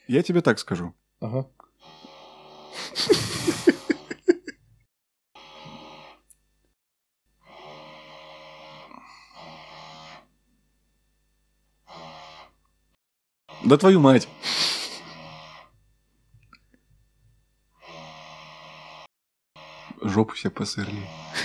Я тебе так скажу. Ага. Да твою мать. Жопу себе посырли.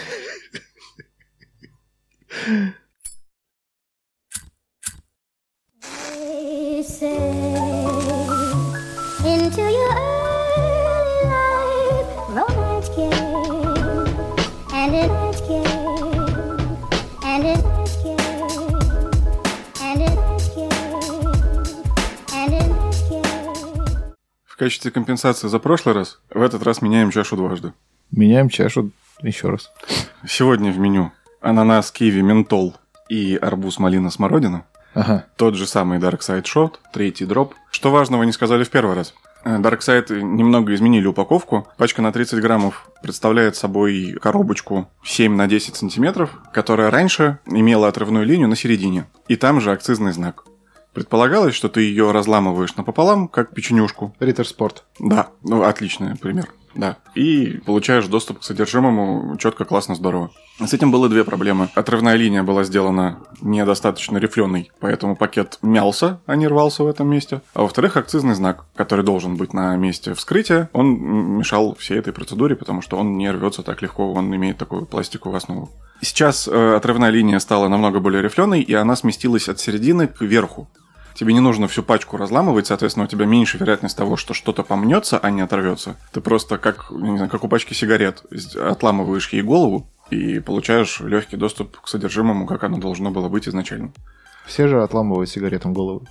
Into your early life, romance came, and it came, and it came, and it came, and it came. В качестве компенсации за прошлый раз, в этот раз меняем чашу дважды. Меняем чашу еще раз. Сегодня в меню ананас, киви, ментол и арбуз, малина, смородина. Ага. Тот же самый Dark Side Shot, третий дроп. Что важного не сказали в первый раз. Dark Side немного изменили упаковку. Пачка на 30 граммов представляет собой коробочку 7 на 10 сантиметров, которая раньше имела отрывную линию на середине. И там же акцизный знак. Предполагалось, что ты ее разламываешь напополам, как печенюшку. Риттер Спорт. Да, ну отличный пример. Да. И получаешь доступ к содержимому четко, классно, здорово. С этим было две проблемы. Отрывная линия была сделана недостаточно рифленой, поэтому пакет мялся, а не рвался в этом месте. А во-вторых, акцизный знак, который должен быть на месте вскрытия, он мешал всей этой процедуре, потому что он не рвется так легко, он имеет такую пластиковую основу. Сейчас отрывная линия стала намного более рифленой, и она сместилась от середины к верху. Тебе не нужно всю пачку разламывать, соответственно, у тебя меньше вероятность того, что что-то помнется, а не оторвется. Ты просто, как, не знаю, как у пачки сигарет, отламываешь ей голову и получаешь легкий доступ к содержимому, как оно должно было быть изначально. Все же отламывают сигаретам голову.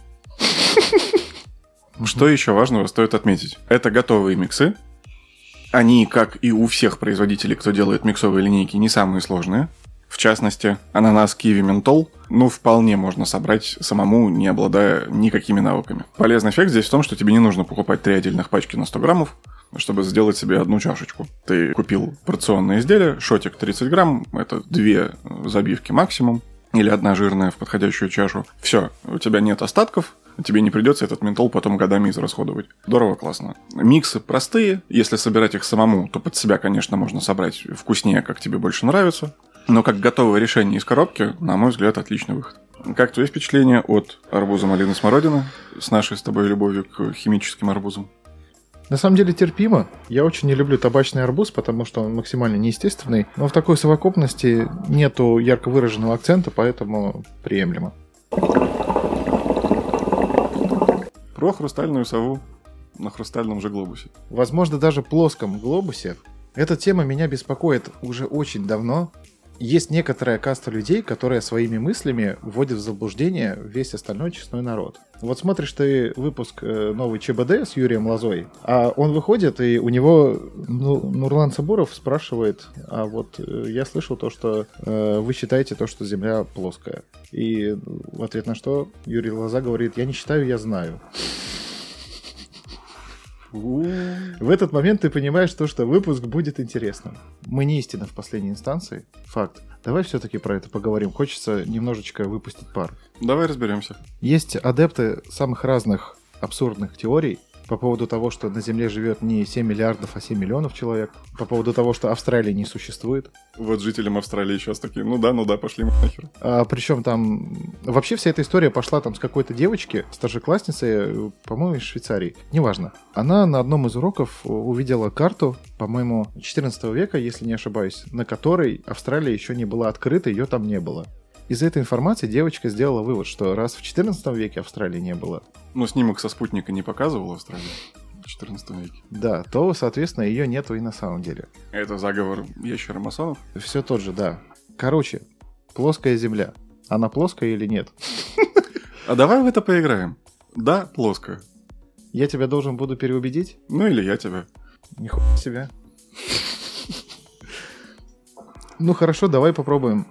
Что еще важного стоит отметить? Это готовые миксы. Они, как и у всех производителей, кто делает миксовые линейки, не самые сложные. В частности, ананас, киви, ментол, вполне можно собрать самому, не обладая никакими навыками. Полезный эффект здесь в том, что тебе не нужно покупать 3 отдельных пачки на 100 граммов, чтобы сделать себе одну чашечку. Ты купил порционное изделие, шотик 30 грамм, это 2 забивки максимум, или 1 жирная в подходящую чашу. Все, у тебя нет остатков, тебе не придется этот ментол потом годами израсходовать. Здорово, классно. Миксы простые, если собирать их самому, то под себя, конечно, можно собрать вкуснее, как тебе больше нравится. Но как готовое решение из коробки, на мой взгляд, отличный выход. Как твои впечатления от арбуза, малины, смородины с нашей с тобой любовью к химическим арбузам? На самом деле терпимо. Я очень не люблю табачный арбуз, потому что он максимально неестественный. Но в такой совокупности нету ярко выраженного акцента, поэтому приемлемо. Про хрустальную сову на хрустальном же глобусе. Возможно, даже плоском глобусе. Эта тема меня беспокоит уже очень давно. Есть некоторая каста людей, которые своими мыслями вводят в заблуждение весь остальной честной народ. Вот смотришь ты выпуск новый ЧБД с Юрием Лозой, а он выходит, и у него Нурлан Сабуров спрашивает, а вот я слышал то, что вы считаете то, что Земля плоская. И в ответ на что Юрий Лоза говорит, я не считаю, я знаю. В этот момент ты понимаешь то, что выпуск будет интересным. Мы не истина в последней инстанции. Факт. Давай все-таки про это поговорим. Хочется немножечко выпустить пар. Давай разберемся. Есть адепты самых разных абсурдных теорий по поводу того, что на Земле живет не 7 миллиардов, а 7 миллионов человек. По поводу того, что Австралии не существует. Вот жителям Австралии сейчас такие, ну да, пошли мы нахер. Причем там... Вообще вся эта история пошла там с какой-то девочки, старшеклассницы, по-моему, из Швейцарии. Неважно. Она на одном из уроков увидела карту, по-моему, 14 века, если не ошибаюсь, на которой Австралия еще не была открыта, ее там не было. Из этой информации девочка сделала вывод, что раз в 14 веке Австралии не было... снимок со спутника не показывал Австралию в 14 веке. Да, то, соответственно, ее нету и на самом деле. Это заговор ящеромасонов? Все тот же, да. Короче, плоская Земля. Она плоская или нет? А давай в это поиграем. Да, плоская. Я тебя должен буду переубедить? Или я тебя. Нихуя себя. Хорошо, давай попробуем.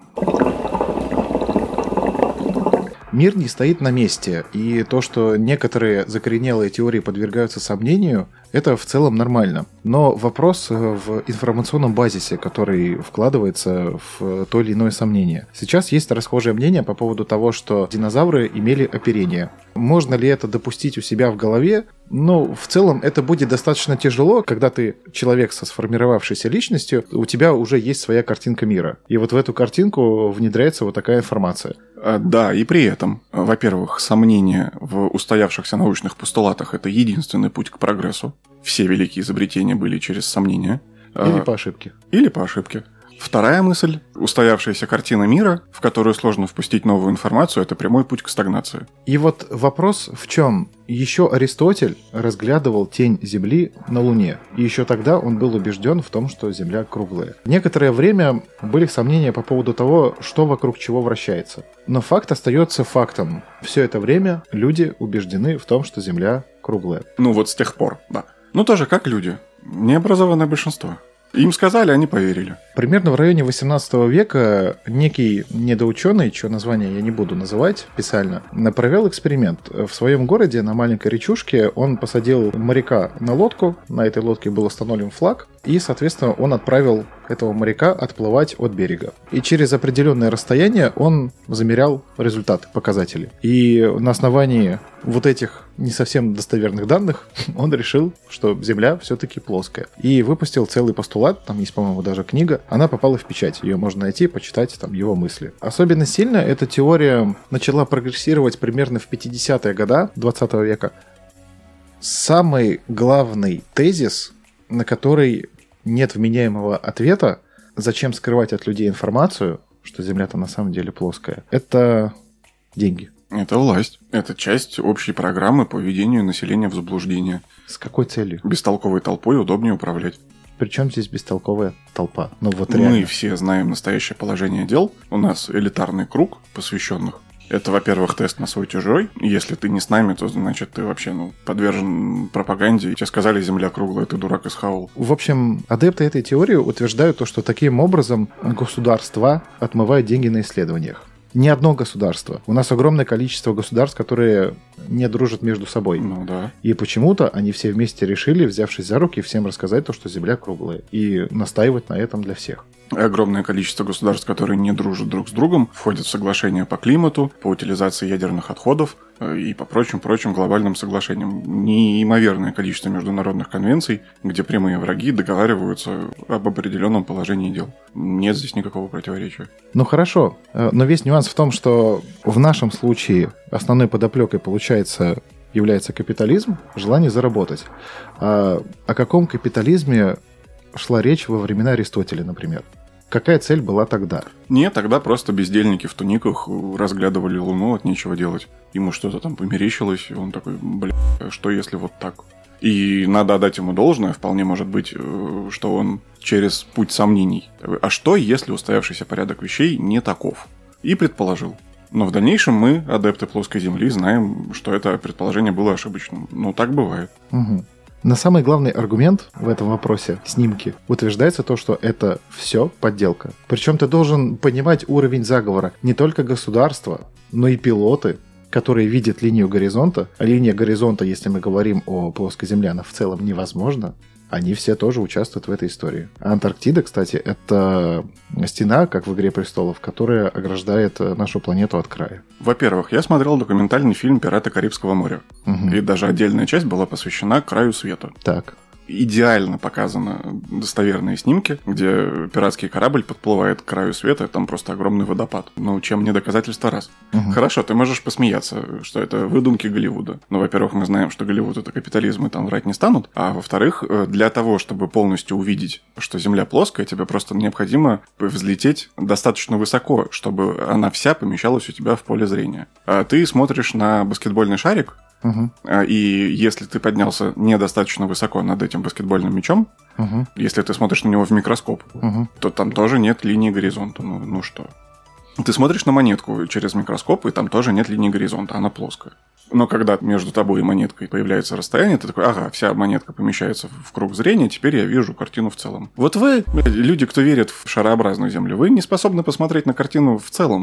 Мир не стоит на месте, и то, что некоторые закоренелые теории подвергаются сомнению, это в целом нормально. Но вопрос в информационном базисе, который вкладывается в то или иное сомнение. Сейчас есть расхожее мнение по поводу того, что динозавры имели оперение. Можно ли это допустить у себя в голове? Ну, в целом, это будет достаточно тяжело, когда ты человек со сформировавшейся личностью, у тебя уже есть своя картинка мира. И вот в эту картинку внедряется вот такая информация. Да, и при этом, во-первых, сомнения в устоявшихся научных постулатах – это единственный путь к прогрессу. Все великие изобретения были через сомнения. Или по ошибке. Или по ошибке. Вторая мысль – устоявшаяся картина мира, в которую сложно впустить новую информацию, это прямой путь к стагнации. И вот вопрос в чем? Еще Аристотель разглядывал тень Земли на Луне. И еще тогда он был убежден в том, что Земля круглая. Некоторое время были сомнения по поводу того, что вокруг чего вращается. Но факт остается фактом. Все это время люди убеждены в том, что Земля круглая. Ну вот с тех пор, да. Ну тоже как люди. Необразованное большинство. Им сказали, они поверили. Примерно в районе 18 века некий недоученый, чье название я не буду называть специально, провел эксперимент. В своем городе на маленькой речушке он посадил моряка на лодку, на этой лодке был установлен флаг, и, соответственно, он отправил этого моряка отплывать от берега. И через определенное расстояние он замерял результаты, показатели. И на основании вот этих не совсем достоверных данных он решил, что Земля все-таки плоская. И выпустил целый постулат, там есть, по-моему, даже книга. Она попала в печать. Ее можно найти, почитать там его мысли. Особенно сильно эта теория начала прогрессировать примерно в 50-е годы 20 века. Самый главный тезис, на который нет вменяемого ответа, зачем скрывать от людей информацию, что Земля-то на самом деле плоская, это деньги. Это власть. Это часть общей программы по введению населения в заблуждение. С какой целью? Бестолковой толпой удобнее управлять. Причем здесь бестолковая толпа? Ну вот Мы реально. все знаем настоящее положение дел. У нас элитарный круг посвященных. Это, во-первых, тест на свой чужой. Если ты не с нами, то, значит, ты вообще подвержен пропаганде. Тебе сказали, Земля круглая, ты дурак из Хаул. В общем, адепты этой теории утверждают то, что таким образом государства отмывают деньги на исследованиях. Ни одно государство. У нас огромное количество государств, которые не дружат между собой. Ну да. И почему-то они все вместе решили, взявшись за руки, всем рассказать то, что Земля круглая. И настаивать на этом для всех. Огромное количество государств, которые не дружат друг с другом, входят в соглашения по климату, по утилизации ядерных отходов и по прочим глобальным соглашениям. Неимоверное количество международных конвенций, где прямые враги договариваются об определенном положении дел. Нет здесь никакого противоречия. Ну хорошо, но весь нюанс в том, что в нашем случае основной подоплекой является капитализм, желание заработать. О каком капитализме шла речь во времена Аристотеля, например? Какая цель была тогда? Нет, тогда просто бездельники в туниках разглядывали Луну от нечего делать. Ему что-то там померещилось, и он такой, что если вот так? И надо отдать ему должное, вполне может быть, что он через путь сомнений. А что, если устоявшийся порядок вещей не таков? И предположил. Но в дальнейшем мы, адепты плоской Земли, знаем, что это предположение было ошибочным. Ну, так бывает. Угу. Но самый главный аргумент в этом вопросе, снимки, утверждается то, что это все подделка. Причем ты должен понимать уровень заговора. Не только государства, но и пилоты, которые видят линию горизонта. А линия горизонта, если мы говорим о плоской Земле, она в целом невозможна. Они все тоже участвуют в этой истории. А Антарктида, кстати, это стена, как в «Игре престолов», которая ограждает нашу планету от края. Во-первых, я смотрел документальный фильм «Пираты Карибского моря». Угу. И даже отдельная часть была посвящена краю света. Так. Идеально показаны достоверные снимки, где пиратский корабль подплывает к краю света, там просто огромный водопад. Ну, чем не доказательство раз. Угу. Хорошо, ты можешь посмеяться, что это выдумки Голливуда. Но, во-первых, мы знаем, что Голливуд — это капитализм, и там врать не станут. А во-вторых, для того, чтобы полностью увидеть, что Земля плоская, тебе просто необходимо взлететь достаточно высоко, чтобы она вся помещалась у тебя в поле зрения. А ты смотришь на баскетбольный шарик, Угу. и если ты поднялся недостаточно высоко над этим баскетбольным мячом, Угу. если ты смотришь на него в микроскоп, Угу. то там тоже нет линии горизонта. Ну что? Ты смотришь на монетку через микроскоп, и там тоже нет линии горизонта, она плоская. Но когда между тобой и монеткой появляется расстояние, ты такой, ага, вся монетка помещается в круг зрения, теперь я вижу картину в целом. Вот вы, люди, кто верит в шарообразную Землю, вы не способны посмотреть на картину в целом.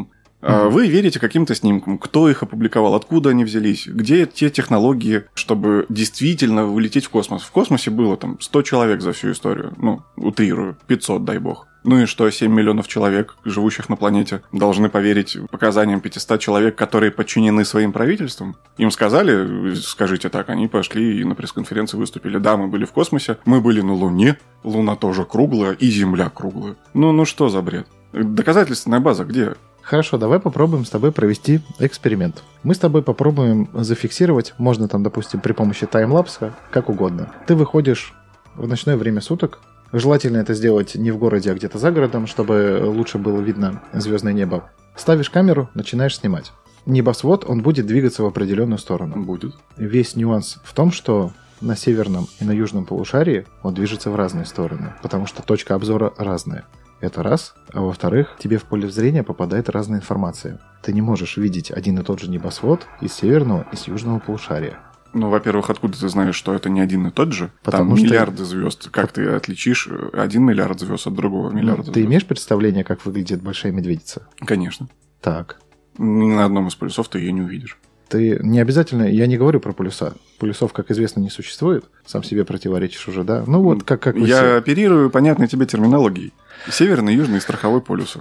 Вы верите каким-то снимкам, кто их опубликовал, откуда они взялись, где те технологии, чтобы действительно улететь в космос. В космосе было там 100 человек за всю историю, ну, утрирую, 500, дай бог. Ну и что, 7 миллионов человек, живущих на планете, должны поверить показаниям 500 человек, которые подчинены своим правительствам? Им сказали, скажите так, они пошли и на пресс-конференции выступили. Да, мы были в космосе, мы были на Луне, Луна тоже круглая и Земля круглая. Ну что за бред? Доказательственная база где? Хорошо, давай попробуем с тобой провести эксперимент. Мы с тобой попробуем зафиксировать, можно там, допустим, при помощи таймлапса, как угодно. Ты выходишь в ночное время суток. Желательно это сделать не в городе, а где-то за городом, чтобы лучше было видно звездное небо. Ставишь камеру, начинаешь снимать. Небосвод, он будет двигаться в определенную сторону. Будет. Весь нюанс в том, что на северном и на южном полушарии он движется в разные стороны, потому что точка обзора разная. Это раз. А во-вторых, тебе в поле зрения попадает разная информация. Ты не можешь видеть один и тот же небосвод из северного и с южного полушария. Ну, во-первых, откуда ты знаешь, что это не один и тот же? Потому Там что... миллиарды звезд. Как ты отличишь 1 миллиард звезд от другого миллиарда звезд? Ты имеешь представление, как выглядит большая медведица? Конечно. Так. Ни на одном из полюсов ты ее не увидишь. Ты не обязательно... Я не говорю про полюса. Полюсов, как известно, не существует. Сам себе противоречишь уже, да? Ну вот, как вы Я все. оперирую понятной тебе терминологией. Северный, южный и страховой полюсы.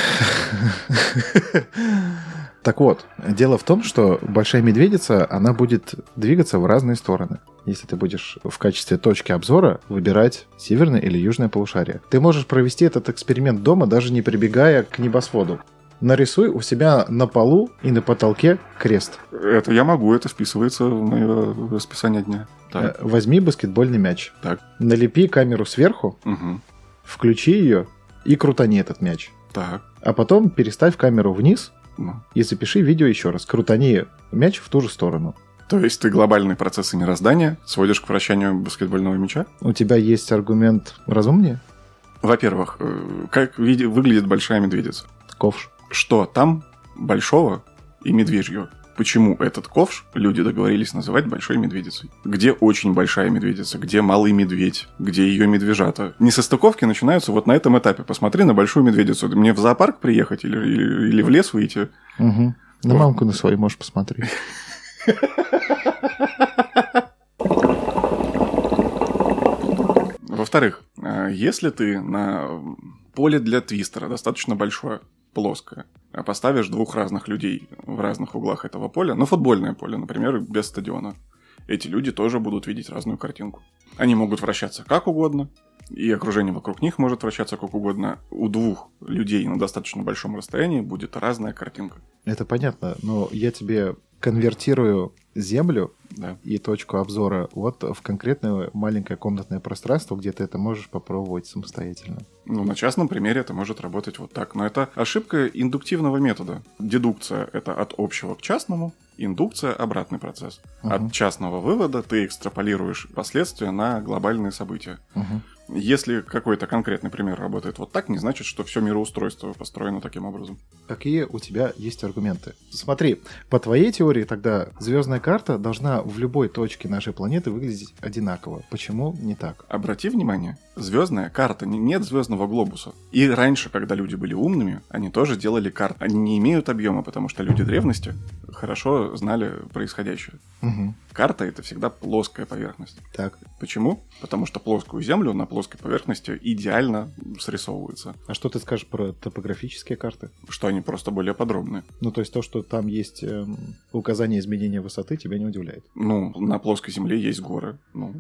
Так вот, дело в том, что большая медведица, она будет двигаться в разные стороны. Если ты будешь в качестве точки обзора выбирать северное или южное полушарие. Ты можешь провести этот эксперимент дома, даже не прибегая к небосводу. Нарисуй у себя на полу и на потолке крест. Это я могу, это вписывается в мое расписание дня. Так. Возьми баскетбольный мяч. Так. Налепи камеру сверху, Угу. включи ее и крутани этот мяч. Так. А потом переставь камеру вниз Ну. и запиши видео еще раз. Крутани мяч в ту же сторону. То есть ты глобальные процессы мироздания сводишь к вращанию баскетбольного мяча? У тебя есть аргумент разумнее? Во-первых, как выглядит большая медведица? Ковш. Что там большого и медвежьего? Почему этот ковш люди договорились называть большой медведицей? Где очень большая медведица? Где малый медведь? Где ее медвежата? Несостыковки начинаются вот на этом этапе. Посмотри на большую медведицу. Мне в зоопарк приехать или в лес выйти? Угу. На мамку на свою можешь посмотреть. Во-вторых, если ты на поле для твистера достаточно большое, плоское, поставишь двух разных людей в разных углах этого поля, на футбольное поле, например, без стадиона, эти люди тоже будут видеть разную картинку. Они могут вращаться как угодно, и окружение вокруг них может вращаться как угодно. У двух людей на достаточно большом расстоянии будет разная картинка. Это понятно, но я тебе конвертирую Землю Да. и точку обзора вот в конкретное маленькое комнатное пространство, где ты это можешь попробовать самостоятельно. Ну, на частном примере это может работать вот так. Но это ошибка индуктивного метода. Дедукция — это от общего к частному, индукция — обратный процесс. От частного вывода ты экстраполируешь последствия на глобальные события. Если какой-то конкретный пример работает вот так, не значит, что все мироустройство построено таким образом. Какие у тебя есть аргументы? Смотри, по твоей теории тогда звездная карта должна в любой точке нашей планеты выглядеть одинаково. Почему не так? Обрати внимание, звездная карта, нет звездного глобуса. И раньше, когда люди были умными, они тоже делали карты. Они не имеют объема, потому что люди древности хорошо знали происходящее. Угу. Карта — это всегда плоская поверхность. Так. Почему? Потому что плоскую землю на плоской поверхности идеально срисовывается. А что ты скажешь про топографические карты? Что они просто более подробные. Ну, то есть то, что там есть указание изменения высоты, тебя не удивляет? Ну, на плоской земле есть горы. Ну,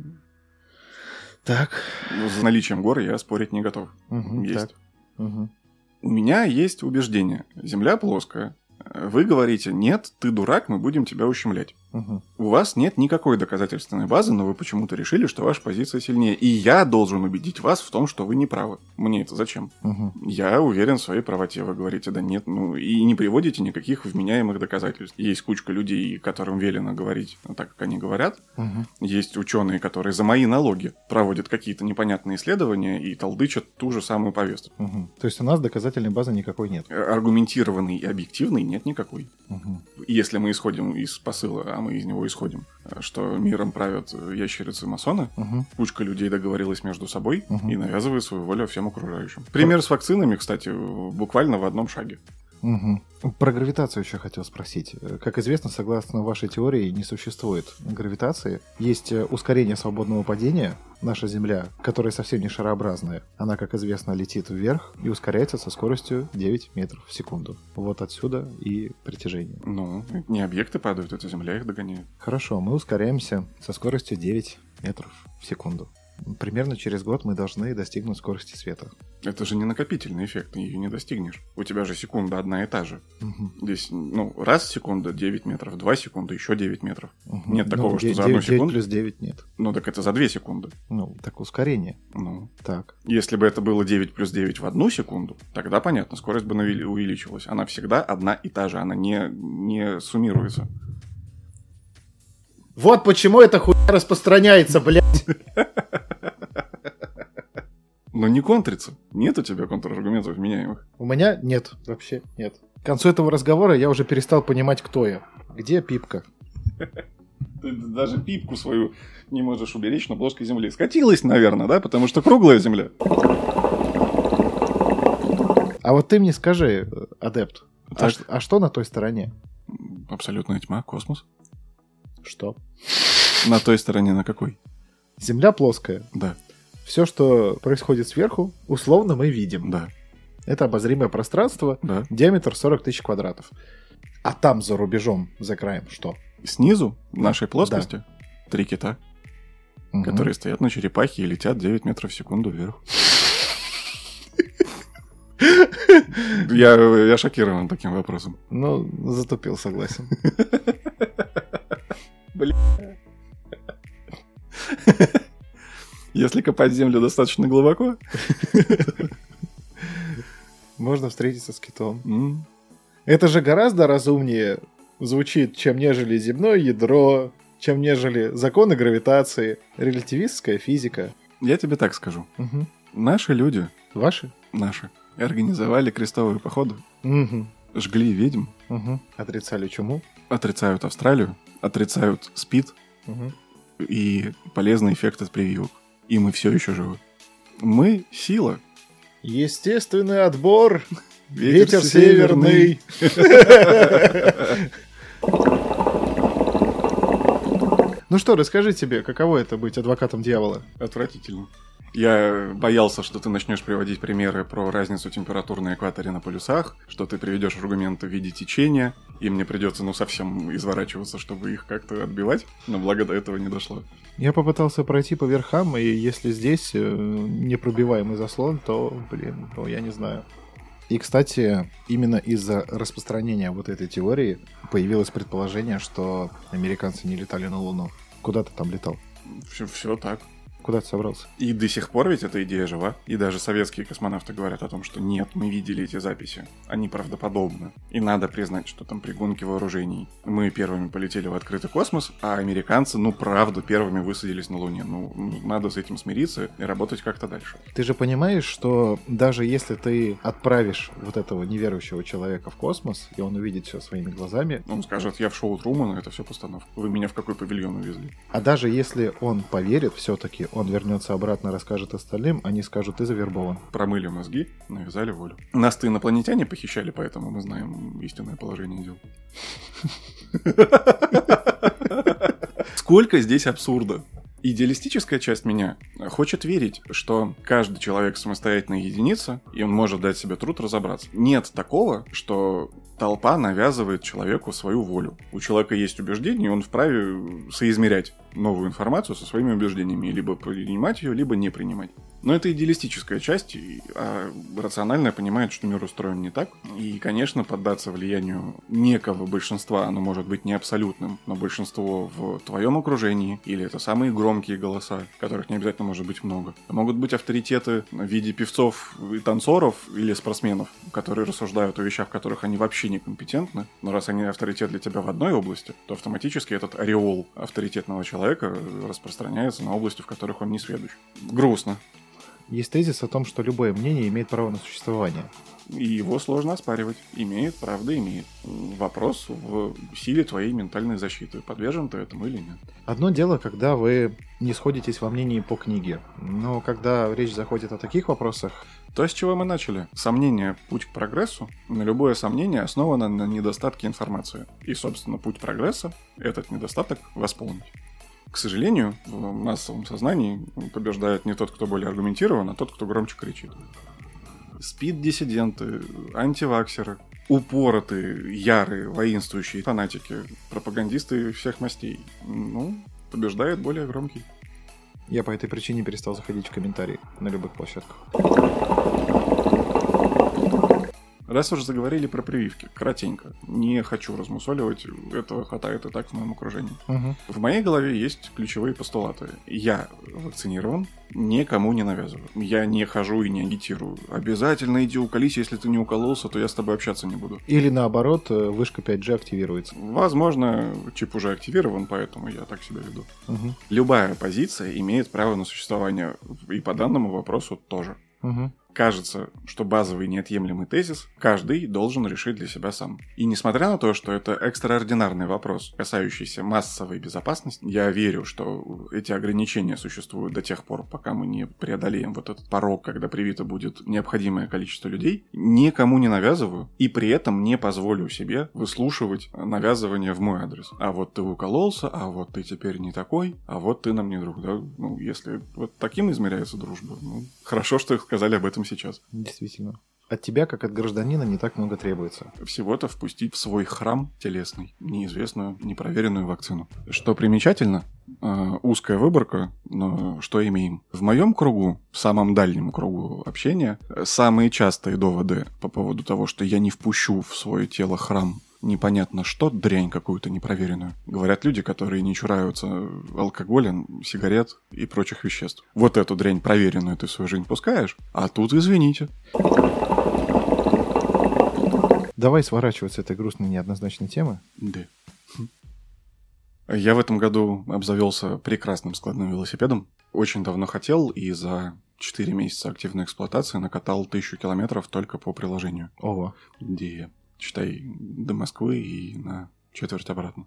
Так. с наличием гор я спорить не готов. Угу, Есть. так. Угу. У меня есть убеждение. Земля плоская. Вы говорите: нет, ты дурак, мы будем тебя ущемлять. Угу. У вас нет никакой доказательственной базы, но вы почему-то решили, что ваша позиция сильнее. И я должен убедить вас в том, что вы не правы. Мне это зачем? Угу. Я уверен в своей правоте. Вы говорите: да нет, ну и не приводите никаких вменяемых доказательств. Есть кучка людей, которым велено говорить так, как они говорят. Угу. Есть ученые, которые за мои налоги проводят какие-то непонятные исследования и толдычат ту же самую повестку. Угу. То есть у нас доказательной базы никакой нет. Аргументированный и объективный нет никакой. Угу. Если мы исходим из посыла, а мы из него исходим, что миром правят ящерицы-масоны, Угу. кучка людей договорилась между собой Мгм. и навязывает свою волю всем окружающим. Пример с вакцинами, кстати, буквально в одном шаге. Мгм. Про гравитацию еще хотел спросить. Как известно, согласно вашей теории, не существует гравитации. Есть ускорение свободного падения. Наша Земля, которая совсем не шарообразная, она, как известно, летит вверх и ускоряется со скоростью 9 метров в секунду. Вот отсюда и притяжение. Ну, не объекты падают, это Земля их догоняет. Хорошо, мы ускоряемся со скоростью 9 метров в секунду. Примерно через год мы должны достигнуть скорости света. Это же не накопительный эффект, ты ее не достигнешь. У тебя же секунда одна и та же. Мгм. Здесь, раз секунда 9 метров, 2 секунды, еще 9 метров. Мгм. Нет такого, Ну, что 9 за одну 9 секунду. плюс 9 нет. Ну, так это за 2 секунды. Ну, так ускорение. Ну, Так. если бы это было 9 плюс 9 в 1 секунду, тогда понятно, скорость бы увеличилась. Она всегда одна и та же, она не суммируется. Вот почему эта хуйня распространяется, блядь. Но не контрится. Нет у тебя контраргументов вменяемых. У меня нет, вообще нет. К концу этого разговора я уже перестал понимать, кто я. Где Пипка? Ты даже пипку свою не можешь уберечь на плоской земле. Скатилась, наверное, да? Потому что круглая земля. А вот ты мне скажи, адепт, Так. а что на той стороне? Абсолютная тьма, космос. Что? На той стороне на какой? Земля плоская. Да, Все, что происходит сверху, условно мы видим. да, Это обозримое пространство, да. диаметр 40 тысяч квадратов. А там за рубежом, за краем, что? Снизу нашей плоскости 3 кита, Мгм. которые стоят на черепахе и летят 9 метров в секунду вверх. Я шокирован таким вопросом. Ну, затупил, согласен. Если копать землю достаточно глубоко, Можно встретиться с китом. м, Это же гораздо разумнее звучит, чем нежели земное ядро, чем нежели законы гравитации, релятивистская физика. я тебе так скажу. Мгм. Наши люди, Ваши? наши, организовали крестовые походы, Мгм. жгли ведьм, Мгм. Отрицали чуму. отрицают Австралию, отрицают СПИД Мгм. и полезный эффект от прививок. И мы все еще живы. Мы — сила. Естественный отбор. Ветер Ветер северный. Ну что, расскажи тебе, каково это быть адвокатом дьявола? Отвратительно. Я боялся, что ты начнешь приводить примеры про разницу температур на экваторе на полюсах, что ты приведешь аргументы в виде течения, и мне придется, совсем изворачиваться, чтобы их как-то отбивать, но благо до этого не дошло. Я попытался пройти по верхам, и если здесь непробиваемый заслон, то, я не знаю. И, кстати, именно из-за распространения вот этой теории появилось предположение, что американцы не летали на Луну. Куда ты там летал? Все так. Куда ты собрался? И до сих пор ведь эта идея жива. И даже советские космонавты говорят о том, что нет, мы видели эти записи. Они правдоподобны. И надо признать, что там при гонке вооружений мы первыми полетели в открытый космос, а американцы, правда, первыми высадились на Луне. Надо с этим смириться и работать как-то дальше. Ты же понимаешь, что даже если ты отправишь вот этого неверующего человека в космос, и он увидит все своими глазами, Он скажет, я в шоу Трумана, это все постановка. Вы меня в какой павильон увезли? а даже если он поверит все-таки, он вернется обратно, расскажет остальным, они скажут, ты завербован. Промыли мозги, навязали волю. Нас-то инопланетяне похищали, поэтому мы знаем истинное положение дел. Сколько здесь абсурда. Идеалистическая часть меня хочет верить, что каждый человек самостоятельная единица, и он может дать себе труд разобраться. Нет такого, что толпа навязывает человеку свою волю. У человека есть убеждения, и он вправе соизмерять новую информацию со своими убеждениями, либо принимать ее, либо не принимать. Но это идеалистическая часть, а рациональная понимает, что мир устроен не так. И, конечно, поддаться влиянию некого большинства, оно может быть не абсолютным, но большинство в твоем окружении, или это самые громкие голоса, которых не обязательно может быть много. Могут быть авторитеты в виде певцов и танцоров или спортсменов, которые рассуждают о вещах, в которых они вообще некомпетентны. Но раз они авторитет для тебя в одной области, то автоматически этот ореол авторитетного человека распространяется на области, в которых он не сведущ. Грустно. Есть тезис о том, что любое мнение имеет право на существование. И его сложно оспаривать. Имеет, правда, имеет. Вопрос в силе твоей ментальной защиты. Подвержен ты этому или нет? Одно дело, когда вы не сходитесь во мнении по книге. Но когда речь заходит о таких вопросах... То, с чего мы начали. Сомнение – путь к прогрессу. Но любое сомнение основано на недостатке информации. И, собственно, путь прогресса – этот недостаток восполнить. К сожалению, в массовом сознании побеждает не тот, кто более аргументирован, а тот, кто громче кричит. СПИД-диссиденты, антиваксеры, упоротые, ярые, воинствующие фанатики, пропагандисты всех мастей. Побеждает более громкий. Я по этой причине перестал заходить в комментарии на любых площадках. Раз уж заговорили про прививки, кратенько. Не хочу размусоливать, этого хватает и так в моем окружении. Угу. В моей голове есть ключевые постулаты. Я вакцинирован, никому не навязываю. Я не хожу и не агитирую. Обязательно иди уколись, если ты не укололся, то я с тобой общаться не буду. Или наоборот, вышка 5G активируется. Возможно, чип уже активирован, поэтому я так себя веду. Угу. Любая позиция имеет право на существование. И по данному вопросу тоже. Угу. Кажется, что базовый неотъемлемый тезис каждый должен решить для себя сам. И несмотря на то, что это экстраординарный вопрос, касающийся массовой безопасности, я верю, что эти ограничения существуют до тех пор, пока мы не преодолеем вот этот порог, когда привито будет необходимое количество людей, никому не навязываю и при этом не позволю себе выслушивать навязывание в мой адрес. А вот ты укололся, а вот ты теперь не такой, а вот ты нам не друг. Да? Если вот таким измеряется дружба, хорошо, что сказали об этом сейчас. Действительно. От тебя, как от гражданина, не так много требуется. Всего-то впустить в свой храм телесный неизвестную, непроверенную вакцину. Что примечательно, узкая выборка, но что имеем? В моем кругу, в самом дальнем кругу общения, самые частые доводы по поводу того, что я не впущу в свое тело храм непонятно что, дрянь какую-то непроверенную, говорят люди, которые не чураются алкоголя, сигарет и прочих веществ. Вот эту дрянь проверенную ты в свою жизнь пускаешь, а тут извините. Давай сворачивать с этой грустной неоднозначной темы. Да. Я в этом году обзавелся прекрасным складным велосипедом. Очень давно хотел и за 4 месяца активной эксплуатации накатал 1000 километров только по приложению. Ого. Где, считай, до Москвы и на четверть обратно.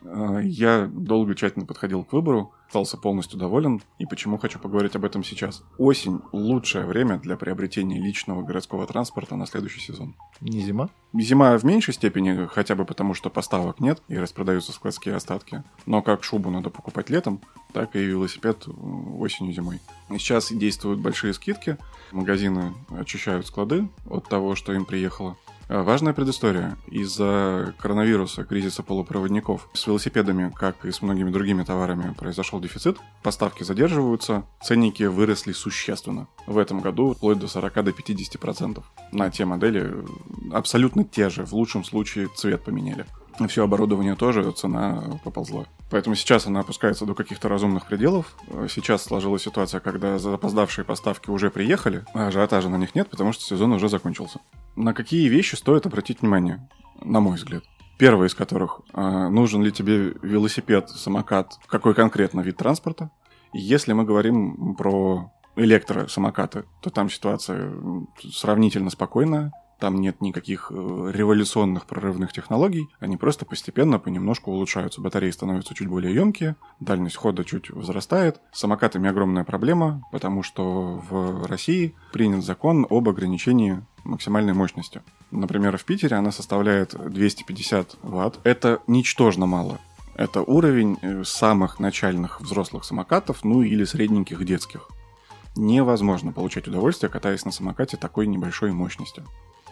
Я долго тщательно подходил к выбору, остался полностью доволен. И почему хочу поговорить об этом сейчас? Осень – лучшее время для приобретения личного городского транспорта на следующий сезон. Не зима? Зима в меньшей степени, хотя бы потому, что поставок нет и распродаются складские остатки. Но как шубу надо покупать летом, так и велосипед осенью-зимой. Сейчас действуют большие скидки, магазины очищают склады от того, что им приехало. Важная предыстория. Из-за коронавируса, кризиса полупроводников, с велосипедами, как и с многими другими товарами, произошел дефицит, поставки задерживаются, ценники выросли существенно. В этом году вплоть до 40-50% на те модели абсолютно те же, в лучшем случае цвет поменяли. Все оборудование тоже, цена поползла. Поэтому сейчас она опускается до каких-то разумных пределов. Сейчас сложилась ситуация, когда запоздавшие поставки уже приехали, а ажиотажа на них нет, потому что сезон уже закончился. На какие вещи стоит обратить внимание, на мой взгляд? Первое из которых, нужен ли тебе велосипед, самокат, какой конкретно вид транспорта? Если мы говорим про электросамокаты, то там ситуация сравнительно спокойная. Там нет никаких революционных прорывных технологий, они просто постепенно, понемножку улучшаются. Батареи становятся чуть более емкие, дальность хода чуть возрастает. С самокатами огромная проблема, потому что в России принят закон об ограничении максимальной мощности. Например, в Питере она составляет 250 Вт. Это ничтожно мало. Это уровень самых начальных взрослых самокатов, или средненьких детских. Невозможно получать удовольствие, катаясь на самокате такой небольшой мощности.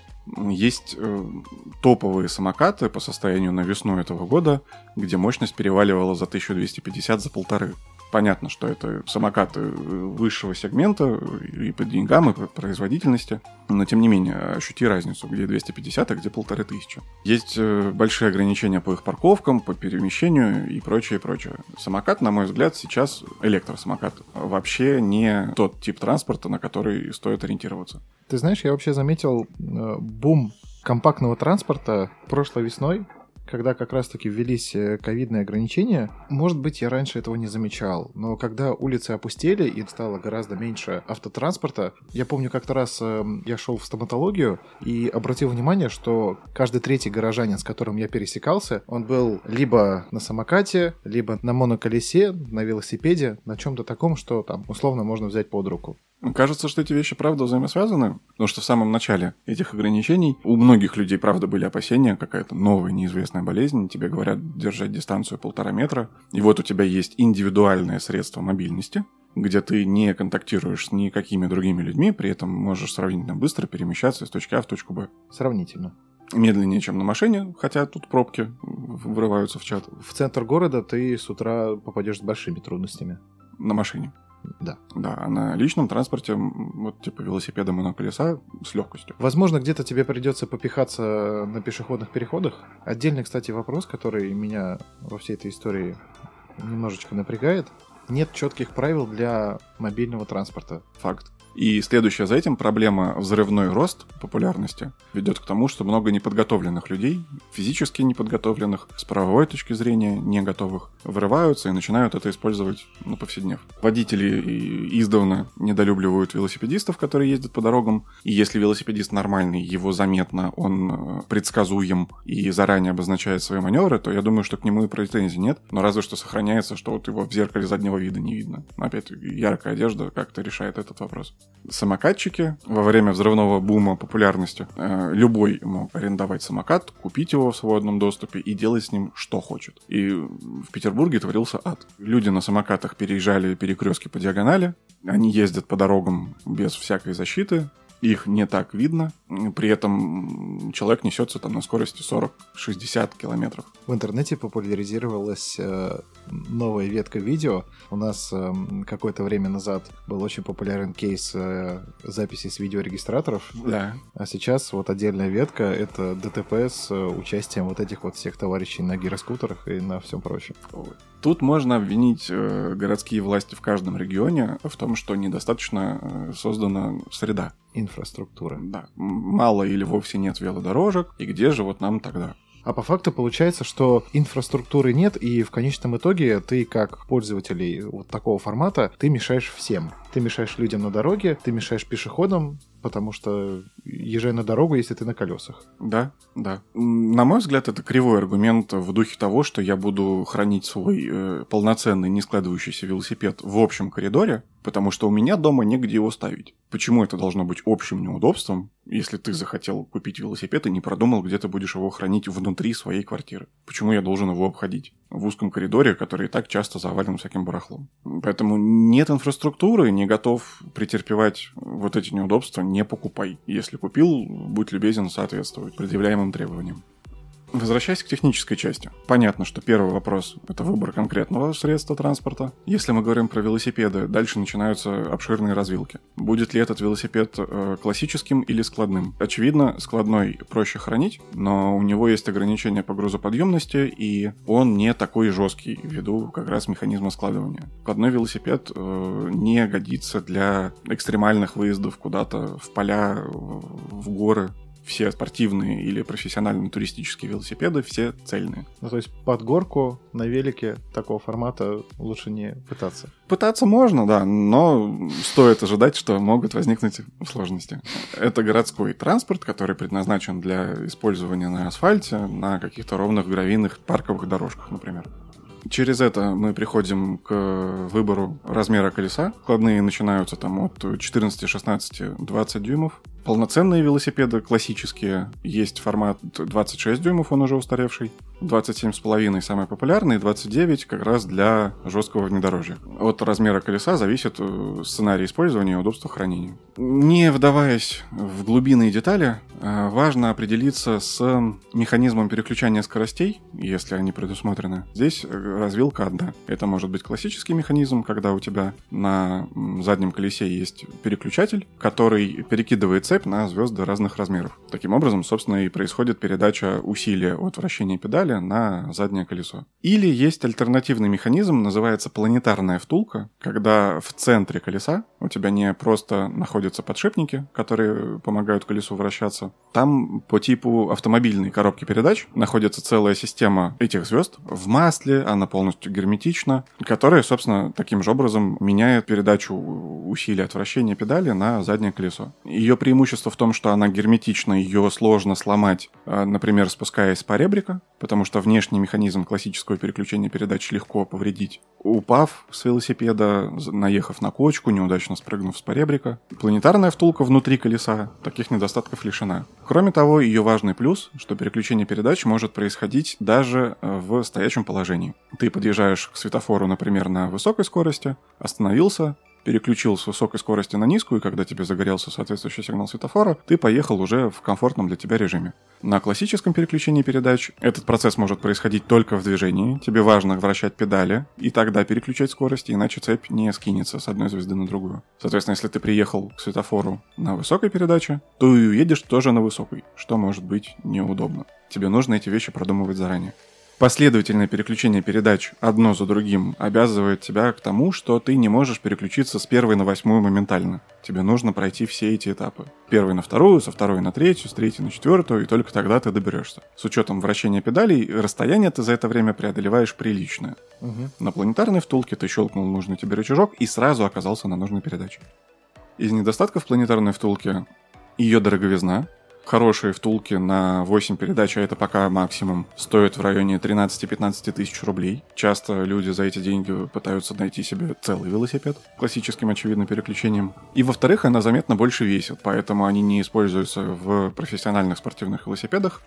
Есть топовые самокаты по состоянию на весну этого года, где мощность переваливала за 1250 за 1500. Понятно, что это самокаты высшего сегмента и по деньгам, и по производительности, но тем не менее ощути разницу, где 250, а где 1500. Есть большие ограничения по их парковкам, по перемещению и прочее, прочее. Самокат, на мой взгляд, сейчас электросамокат. Вообще не тот тип транспорта, на который стоит ориентироваться. Ты знаешь, я вообще заметил бум компактного транспорта прошлой весной. когда как раз-таки ввелись ковидные ограничения, может быть, я раньше этого не замечал, но когда улицы опустели и стало гораздо меньше автотранспорта, я помню, как-то раз я шел в стоматологию и обратил внимание, что каждый третий горожанин, с которым я пересекался, он был либо на самокате, либо на моноколесе, на велосипеде, на чем-то таком, что там условно можно взять под руку. Кажется, что эти вещи, правда, взаимосвязаны, потому что в самом начале этих ограничений у многих людей, правда, были опасения, какая-то новая неизвестная болезнь, тебе говорят держать дистанцию 1,5 метра, и вот у тебя есть индивидуальное средство мобильности, где ты не контактируешь с никакими другими людьми, при этом можешь сравнительно быстро перемещаться из точки А в точку Б. Сравнительно. Медленнее, чем на машине, хотя тут пробки врываются в чат. В центр города ты с утра попадешь с большими трудностями. На машине. Да. Да, а на личном транспорте, вот типа велосипеда, моноколеса, с легкостью. Возможно, где-то тебе придется попихаться на пешеходных переходах. Отдельный, кстати, вопрос, который меня во всей этой истории немножечко напрягает. Нет четких правил для мобильного транспорта. Факт. И следующая за этим проблема — взрывной рост популярности ведет к тому, что много неподготовленных людей, физически неподготовленных, с правовой точки зрения не готовых, вырываются и начинают это использовать на повседнев. Водители издавна недолюбливают велосипедистов, которые ездят по дорогам, и если велосипедист нормальный, его заметно, он предсказуем и заранее обозначает свои маневры, то я думаю, что к нему и претензий нет, но разве что сохраняется, что вот его в зеркале заднего вида не видно. Опять, яркая одежда как-то решает этот вопрос. Самокатчики во время взрывного бума популярности, любой мог арендовать самокат, купить его в свободном доступе и делать с ним что хочет. И в Петербурге творился ад. Люди на самокатах переезжали перекрестки по диагонали, они ездят по дорогам без всякой защиты, их не так видно, при этом человек несется там на скорости 40-60 километров. В интернете популяризировалась новая ветка видео. У нас какое-то время назад был очень популярен кейс записи с видеорегистраторов. Да. А сейчас вот отдельная ветка — это ДТП с участием вот этих вот всех товарищей на гироскутерах и на всем прочем. Тут можно обвинить городские власти в каждом регионе в том, что недостаточно создана среда. Инфраструктура. Да. Мало или вовсе нет велодорожек, и где же вот нам тогда? А по факту получается, что инфраструктуры нет, и в конечном итоге ты, как пользователь вот такого формата, ты мешаешь всем. Ты мешаешь людям на дороге, ты мешаешь пешеходам, потому что езжай на дорогу, если ты на колесах. Да, да. На мой взгляд, это кривой аргумент в духе того, что я буду хранить свой полноценный, не складывающийся велосипед в общем коридоре, потому что у меня дома негде его ставить. Почему это должно быть общим неудобством, если ты захотел купить велосипед и не продумал, где ты будешь его хранить внутри своей квартиры? Почему я должен его обходить в узком коридоре, который и так часто завален всяким барахлом? Поэтому нет инфраструктуры, не готов претерпевать вот эти неудобства, не покупай. Если купил, будь любезен соответствовать предъявляемым требованиям. Возвращаясь к технической части. Понятно, что первый вопрос – это выбор конкретного средства транспорта. Если мы говорим про велосипеды, дальше начинаются обширные развилки. Будет ли этот велосипед классическим или складным? Очевидно, складной проще хранить, но у него есть ограничения по грузоподъемности, и он не такой жесткий ввиду как раз механизма складывания. Складной велосипед не годится для экстремальных выездов куда-то в поля, в горы. Все спортивные или профессионально-туристические велосипеды, все цельные. Ну, то есть под горку на велике такого формата лучше не пытаться. Пытаться можно, да, но стоит ожидать, что могут возникнуть сложности. Это городской транспорт, который предназначен для использования на асфальте, на каких-то ровных гравийных парковых дорожках, например. Через это мы приходим к выбору размера колеса. Складные начинаются там от 14, 16, 20 дюймов. Полноценные велосипеды классические. Есть формат 26 дюймов, он уже устаревший. 27,5 самый популярный, 29 как раз для жесткого внедорожья. От размера колеса зависит сценарий использования и удобство хранения. Не вдаваясь в глубинные детали, важно определиться с механизмом переключания скоростей, если они предусмотрены. Здесь развилка одна. Это может быть классический механизм, когда у тебя на заднем колесе есть переключатель, который перекидывает цепь на звезды разных размеров. Таким образом, собственно, и происходит передача усилия от вращения педали на заднее колесо. Или есть альтернативный механизм, называется планетарная втулка, когда в центре колеса У тебя не просто находятся подшипники, которые помогают колесу вращаться. Там по типу автомобильной коробки передач находится целая система этих звезд в масле, она полностью герметична, которая, собственно, таким же образом меняет передачу усилия от вращения педали на заднее колесо. Ее преимущество в том, что она герметична, ее сложно сломать, например, спускаясь с поребрика, потому что внешний механизм классического переключения передач легко повредить. Упав с велосипеда, наехав на кочку, неудачно спрыгнув с поребрика. Планетарная втулка внутри колеса таких недостатков лишена. Кроме того, ее важный плюс, что переключение передач может происходить даже в стоячем положении. Ты подъезжаешь к светофору, например, на высокой скорости, остановился, переключил с высокой скорости на низкую, и когда тебе загорелся соответствующий сигнал светофора, ты поехал уже в комфортном для тебя режиме. На классическом переключении передач этот процесс может происходить только в движении. Тебе важно вращать педали и тогда переключать скорости, иначе цепь не скинется с одной звезды на другую. Соответственно, если ты приехал к светофору на высокой передаче, то и уедешь тоже на высокой, что может быть неудобно. Тебе нужно эти вещи продумывать заранее. Последовательное переключение передач одно за другим обязывает тебя к тому, что ты не можешь переключиться с первой на восьмую моментально. Тебе нужно пройти все эти этапы. Первый на вторую, со второй на третью, с третьей на четвертую, и только тогда ты доберешься. С учетом вращения педалей, расстояние ты за это время преодолеваешь приличное. На планетарной втулке ты щелкнул нужный тебе рычажок и сразу оказался на нужной передаче. Из недостатков планетарной втулки ее дороговизна. Хорошие втулки на 8 передач, а это пока максимум, стоят в районе 13-15 тысяч рублей. Часто люди за эти деньги пытаются найти себе целый велосипед классическим, очевидно, переключением. И, во-вторых, она заметно больше весит, поэтому они не используются в профессиональных спортивных велосипедах.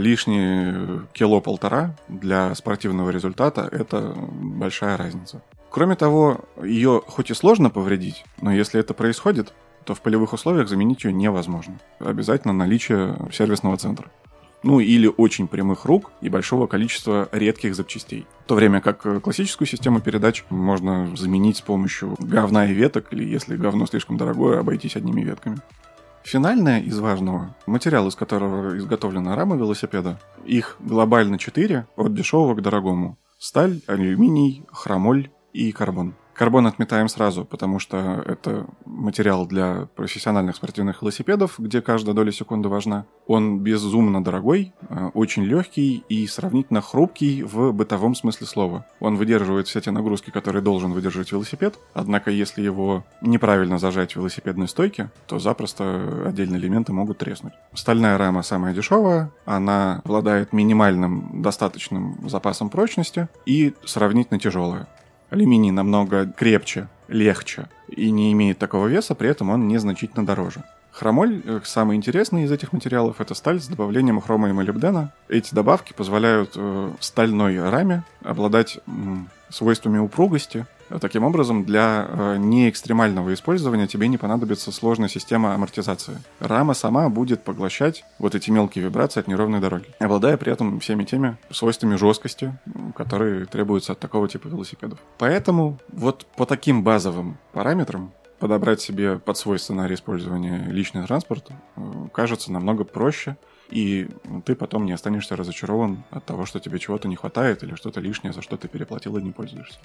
Лишние кило-полтора для спортивного результата – это большая разница. Кроме того, ее хоть и сложно повредить, но если это происходит, то в полевых условиях заменить ее невозможно. Обязательно наличие сервисного центра. Ну или очень прямых рук и большого количества редких запчастей. В то время как классическую систему передач можно заменить с помощью говна и веток, или если говно слишком дорогое, обойтись одними ветками. Финальное из важного, материал, из которого изготовлена рама велосипеда, их глобально 4, от дешевого к дорогому. Сталь, алюминий, хромоль и карбон. Карбон отметаем сразу, потому что это материал для профессиональных спортивных велосипедов, где каждая доля секунды важна. Он безумно дорогой, очень легкий и сравнительно хрупкий в бытовом смысле слова. Он выдерживает все те нагрузки, которые должен выдержать велосипед, однако если его неправильно зажать в велосипедной стойке, то запросто отдельные элементы могут треснуть. Стальная рама самая дешевая, она обладает минимальным достаточным запасом прочности и сравнительно тяжелая. Алюминий намного крепче, легче и не имеет такого веса, при этом он незначительно дороже. Хромоль, самый интересный из этих материалов, это сталь с добавлением хрома и молибдена. Эти добавки позволяют стальной раме обладать свойствами упругости. Таким образом, для неэкстремального использования тебе не понадобится сложная система амортизации. Рама сама будет поглощать вот эти мелкие вибрации от неровной дороги, обладая при этом всеми теми свойствами жесткости, которые требуются от такого типа велосипедов. Поэтому вот по таким базовым параметрам подобрать себе под свой сценарий использования личный транспорт кажется намного проще, и ты потом не останешься разочарован от того, что тебе чего-то не хватает или что-то лишнее, за что ты переплатил и не пользуешься.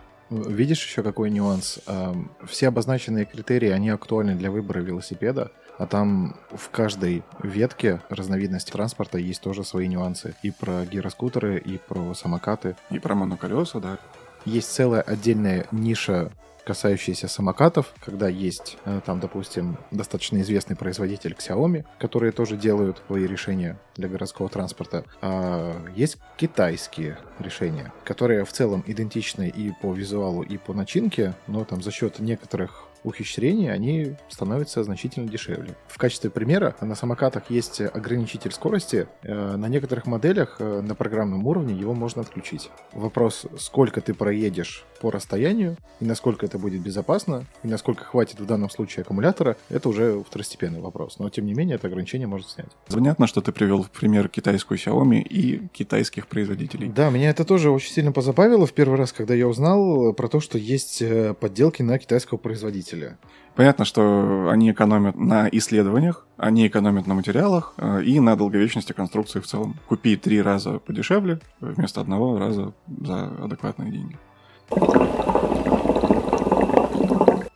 Видишь еще какой нюанс? Все обозначенные критерии, они актуальны для выбора велосипеда, а там в каждой ветке разновидности транспорта есть тоже свои нюансы. И про гироскутеры, и про самокаты. И про моноколеса, да. Есть целая отдельная ниша, касающаяся самокатов, когда есть там, допустим, достаточно известный производитель Xiaomi, которые тоже делают свои решения для городского транспорта. А есть китайские решения, которые в целом идентичны и по визуалу, и по начинке, но там за счет некоторых ухищрений они становятся значительно дешевле. В качестве примера на самокатах есть ограничитель скорости. На некоторых моделях на программном уровне его можно отключить. Вопрос, сколько ты проедешь по расстоянию, и насколько это будет безопасно, и насколько хватит в данном случае аккумулятора, это уже второстепенный вопрос. Но, тем не менее, это ограничение можно снять. Понятно, что ты привел в пример китайскую Xiaomi и китайских производителей. Да, меня это тоже очень сильно позабавило в первый раз, когда я узнал про то, что есть подделки на китайского производителя. Понятно, что они экономят на исследованиях, они экономят на материалах и на долговечности конструкции в целом. Купи 3 раза подешевле вместо 1 раза за адекватные деньги.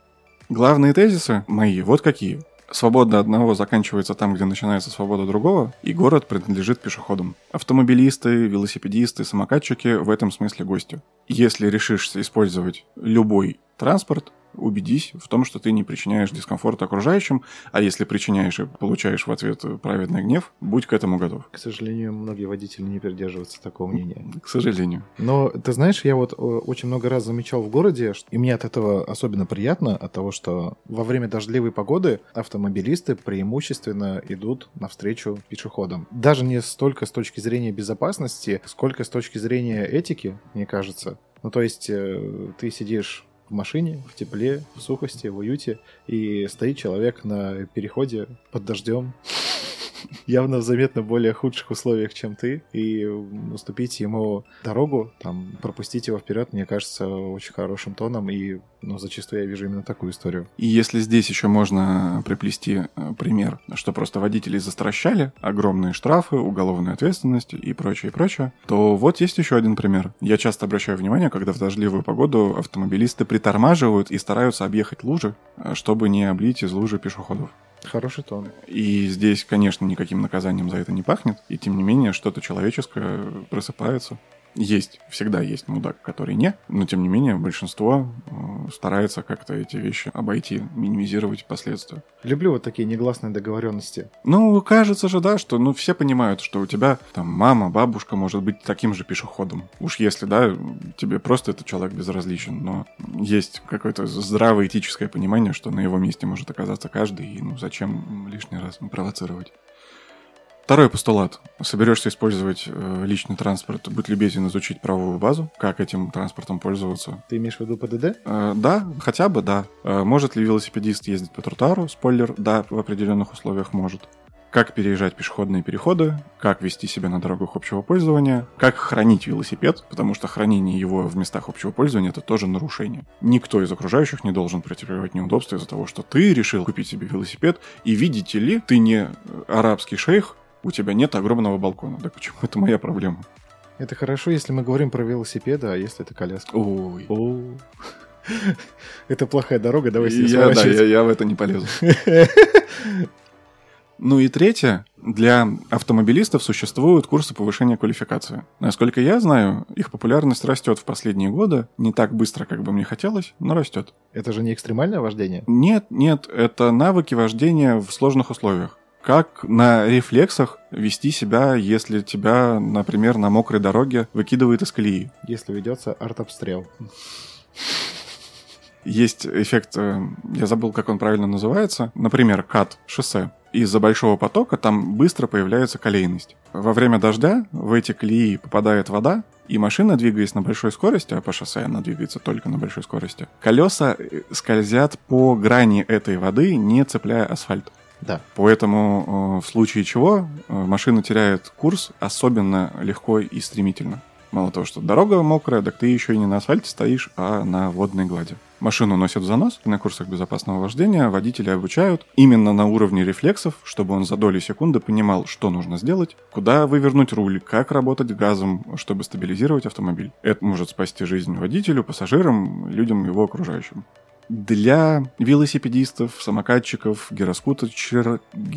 Главные тезисы мои вот какие. Свобода одного заканчивается там, где начинается свобода другого, и город принадлежит пешеходам. Автомобилисты, велосипедисты, самокатчики в этом смысле гости. Если решишься использовать любой транспорт, убедись в том, что ты не причиняешь дискомфорт окружающим, а если причиняешь и получаешь в ответ праведный гнев, будь к этому готов. К сожалению, многие водители не придерживаются такого мнения. К сожалению. Но, ты знаешь, я вот очень много раз замечал в городе, и мне от этого особенно приятно, от того, что во время дождливой погоды автомобилисты преимущественно идут навстречу пешеходам. Даже не столько с точки зрения безопасности, сколько с точки зрения этики, мне кажется. Ну, то есть, ты сидишь в машине, в тепле, в сухости, в уюте, и стоит человек на переходе под дождем, явно в заметно более худших условиях, чем ты, и уступить ему дорогу, там, пропустить его вперед, мне кажется, очень хорошим тоном, и зачастую я вижу именно такую историю. И если здесь еще можно приплести пример, что просто водителей застращали, огромные штрафы, уголовная ответственность и прочее, то вот есть еще один пример. Я часто обращаю внимание, когда в дождливую погоду автомобилисты притормаживают и стараются объехать лужи, чтобы не облить из лужи пешеходов. Хороший тон. И здесь, конечно, никаким наказанием за это не пахнет, и тем не менее что-то человеческое просыпается. Всегда есть мудак, который не, но тем не менее большинство старается как-то эти вещи обойти, минимизировать последствия. Люблю вот такие негласные договоренности. Кажется же, да, что все понимают, что у тебя там мама, бабушка может быть таким же пешеходом. Уж если, да, тебе просто этот человек безразличен, но есть какое-то здравое этическое понимание, что на его месте может оказаться каждый, и зачем лишний раз провоцировать. Второй постулат. Соберешься использовать личный транспорт, будь любезен изучить правовую базу, как этим транспортом пользоваться. Ты имеешь в виду ПДД? Да, хотя бы да. Может ли велосипедист ездить по тротуару? Спойлер, да, в определенных условиях может. Как переезжать пешеходные переходы, как вести себя на дорогах общего пользования, как хранить велосипед, потому что хранение его в местах общего пользования – это тоже нарушение. Никто из окружающих не должен претерпевать неудобства из-за того, что ты решил купить себе велосипед, и видите ли, ты не арабский шейх, у тебя нет огромного балкона. Да почему это моя проблема? Это хорошо, если мы говорим про велосипеды, а если это коляска? Ой. Это плохая дорога, давай с ней сворачивать. Я в это не полезу. И третье. Для автомобилистов существуют курсы повышения квалификации. Насколько я знаю, их популярность растет в последние годы. Не так быстро, как бы мне хотелось, но растет. Это же не экстремальное вождение? Нет, это навыки вождения в сложных условиях. Как на рефлексах вести себя, если тебя, например, на мокрой дороге выкидывает из колеи. Если ведется артобстрел. Есть эффект, я забыл, как он правильно называется, например, кат, шоссе. Из-за большого потока там быстро появляется колейность. Во время дождя в эти колеи попадает вода, и машина, двигаясь на большой скорости, а по шоссе она двигается только на большой скорости, колеса скользят по грани этой воды, не цепляя асфальт. Да. Поэтому в случае чего машина теряет курс особенно легко и стремительно. Мало того, что дорога мокрая, так ты еще и не на асфальте стоишь, а на водной глади. Машину носят в занос, на курсах безопасного вождения водители обучают именно на уровне рефлексов, чтобы он за доли секунды понимал, что нужно сделать, куда вывернуть руль, как работать газом, чтобы стабилизировать автомобиль. Это может спасти жизнь водителю, пассажирам, людям его окружающим. Для велосипедистов, самокатчиков, гирокучер.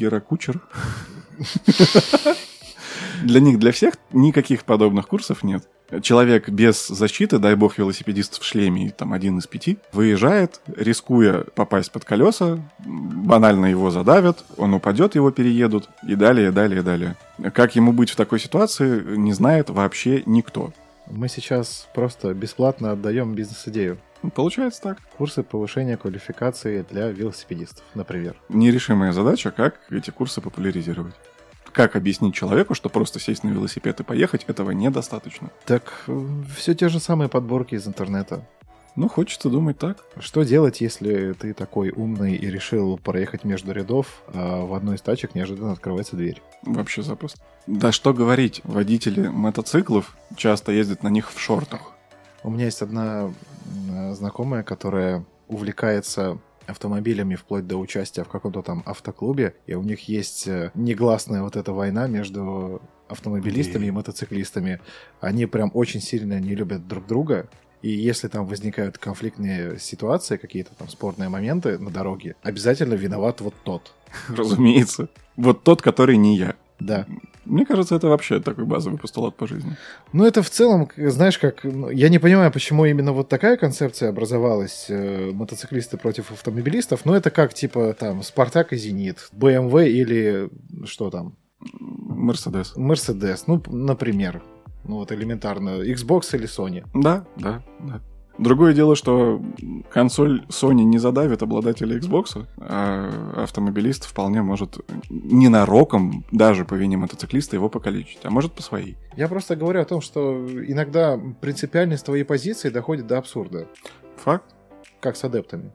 Для них, для всех никаких подобных курсов нет. Человек без защиты, дай бог велосипедист в шлеме, там 1 из 5, выезжает, рискуя попасть под колеса, банально его задавят, он упадет, его переедут, и далее. Как ему быть в такой ситуации, не знает вообще никто. Мы сейчас просто бесплатно отдаем бизнес-идею. Получается так. Курсы повышения квалификации для велосипедистов, например. Нерешимая задача, как эти курсы популяризировать. Как объяснить человеку, что просто сесть на велосипед и поехать, этого недостаточно? Так, все те же самые подборки из интернета. Хочется думать так. Что делать, если ты такой умный и решил проехать между рядов, а в одной из тачек неожиданно открывается дверь? Вообще запросто. Да что говорить, водители мотоциклов часто ездят на них в шортах. У меня есть одна знакомая, которая увлекается автомобилями вплоть до участия в каком-то там автоклубе, и у них есть негласная вот эта война между автомобилистами и мотоциклистами. Они прям очень сильно не любят друг друга, И если там возникают конфликтные ситуации, какие-то там спорные моменты на дороге, обязательно виноват вот тот. Разумеется. Вот тот, который не я. Да. Мне кажется, это вообще такой базовый постулат по жизни. Ну, это в целом, знаешь, как... Я не понимаю, почему именно вот такая концепция образовалась, мотоциклисты против автомобилистов, но это как, типа, там, Спартак и Зенит, BMW или что там? Мерседес. Мерседес, ну, например. Ну, вот элементарно. Xbox или Sony. Да. Другое дело, что консоль Sony не задавит обладателя Xbox, а автомобилист вполне может ненароком, даже по вине мотоциклиста, его покалечить, а может по своей. Я просто говорю о том, что иногда принципиальность твоей позиции доходит до абсурда. Факт. Как с адептами.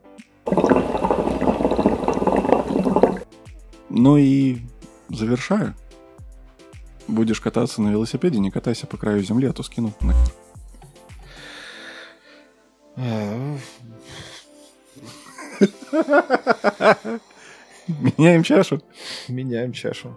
Ну и завершаю. Будешь кататься на велосипеде, не катайся по краю земли, а то скину. Меняем чашу. Меняем чашу.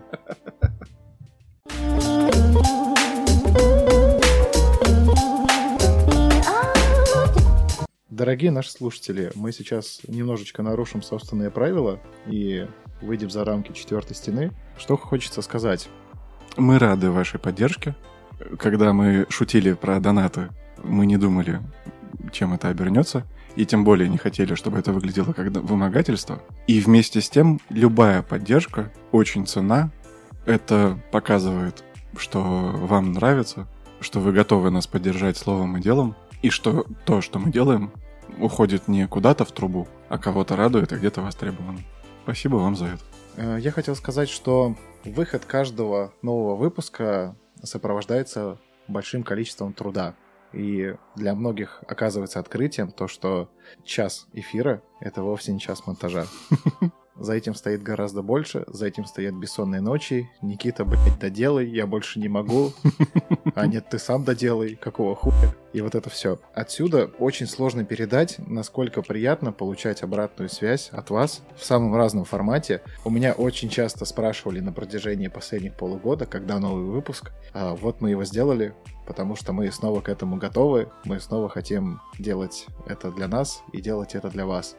Дорогие наши слушатели, мы сейчас немножечко нарушим собственные правила и выйдем за рамки четвертой стены. Что хочется сказать? Мы рады вашей поддержке. Когда мы шутили про донаты, мы не думали, чем это обернется, и тем более не хотели, чтобы это выглядело как вымогательство. И вместе с тем, любая поддержка очень ценна. Это показывает, что вам нравится, что вы готовы нас поддержать словом и делом, и что то, что мы делаем, уходит не куда-то в трубу, а кого-то радует и где-то востребовано. Спасибо вам за это. Я хотел сказать, что выход каждого нового выпуска сопровождается большим количеством труда. И для многих оказывается открытием то, что час эфира — это вовсе не час монтажа. За этим стоит гораздо больше, за этим стоят бессонные ночи. Никита, блядь, доделай, я больше не могу. А нет, ты сам доделай, какого хуя? И вот это все. Отсюда очень сложно передать, насколько приятно получать обратную связь от вас в самом разном формате. У меня очень часто спрашивали на протяжении последних полугода, когда новый выпуск. Вот мы его сделали, потому что мы снова к этому готовы. Мы снова хотим делать это для нас и делать это для вас.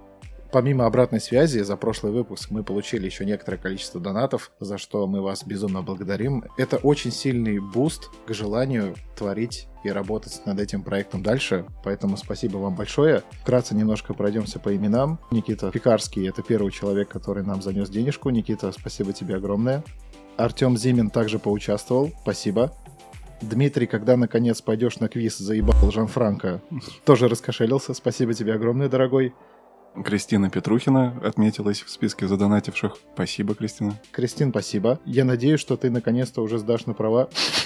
Помимо обратной связи, за прошлый выпуск мы получили еще некоторое количество донатов, за что мы вас безумно благодарим. Это очень сильный буст к желанию творить и работать над этим проектом дальше, поэтому спасибо вам большое. Вкратце немножко пройдемся по именам. Никита Пекарский — это первый человек, который нам занес денежку. Никита, спасибо тебе огромное. Артем Зимин также поучаствовал, спасибо. Дмитрий, когда наконец пойдешь на квиз, заебал Жан-Франко, тоже раскошелился, спасибо тебе огромное, дорогой. Кристина Петрухина отметилась в списке задонативших. Спасибо, Кристина. Кристин, спасибо. Я надеюсь, что ты наконец-то уже сдашь на права.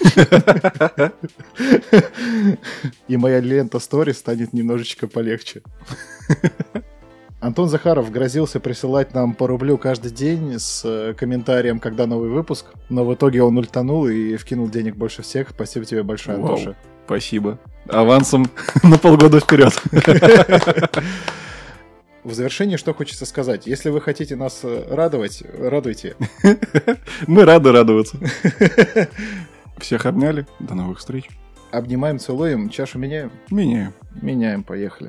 И моя лента стори станет немножечко полегче. Антон Захаров грозился присылать нам по рублю каждый день с комментарием, когда новый выпуск, но в итоге он ультанул и вкинул денег больше всех. Спасибо тебе большое, Антоша. Спасибо. Авансом на полгода вперед. В завершении что хочется сказать. Если вы хотите нас радовать, радуйте. Мы рады радоваться. Всех обняли. До новых встреч. Обнимаем, целуем. Чашу меняем? Меняем. Меняем, поехали.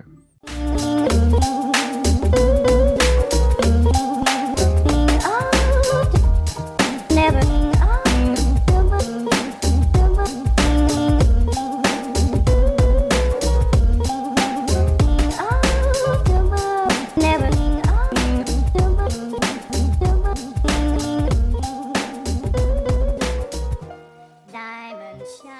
Diamond shine.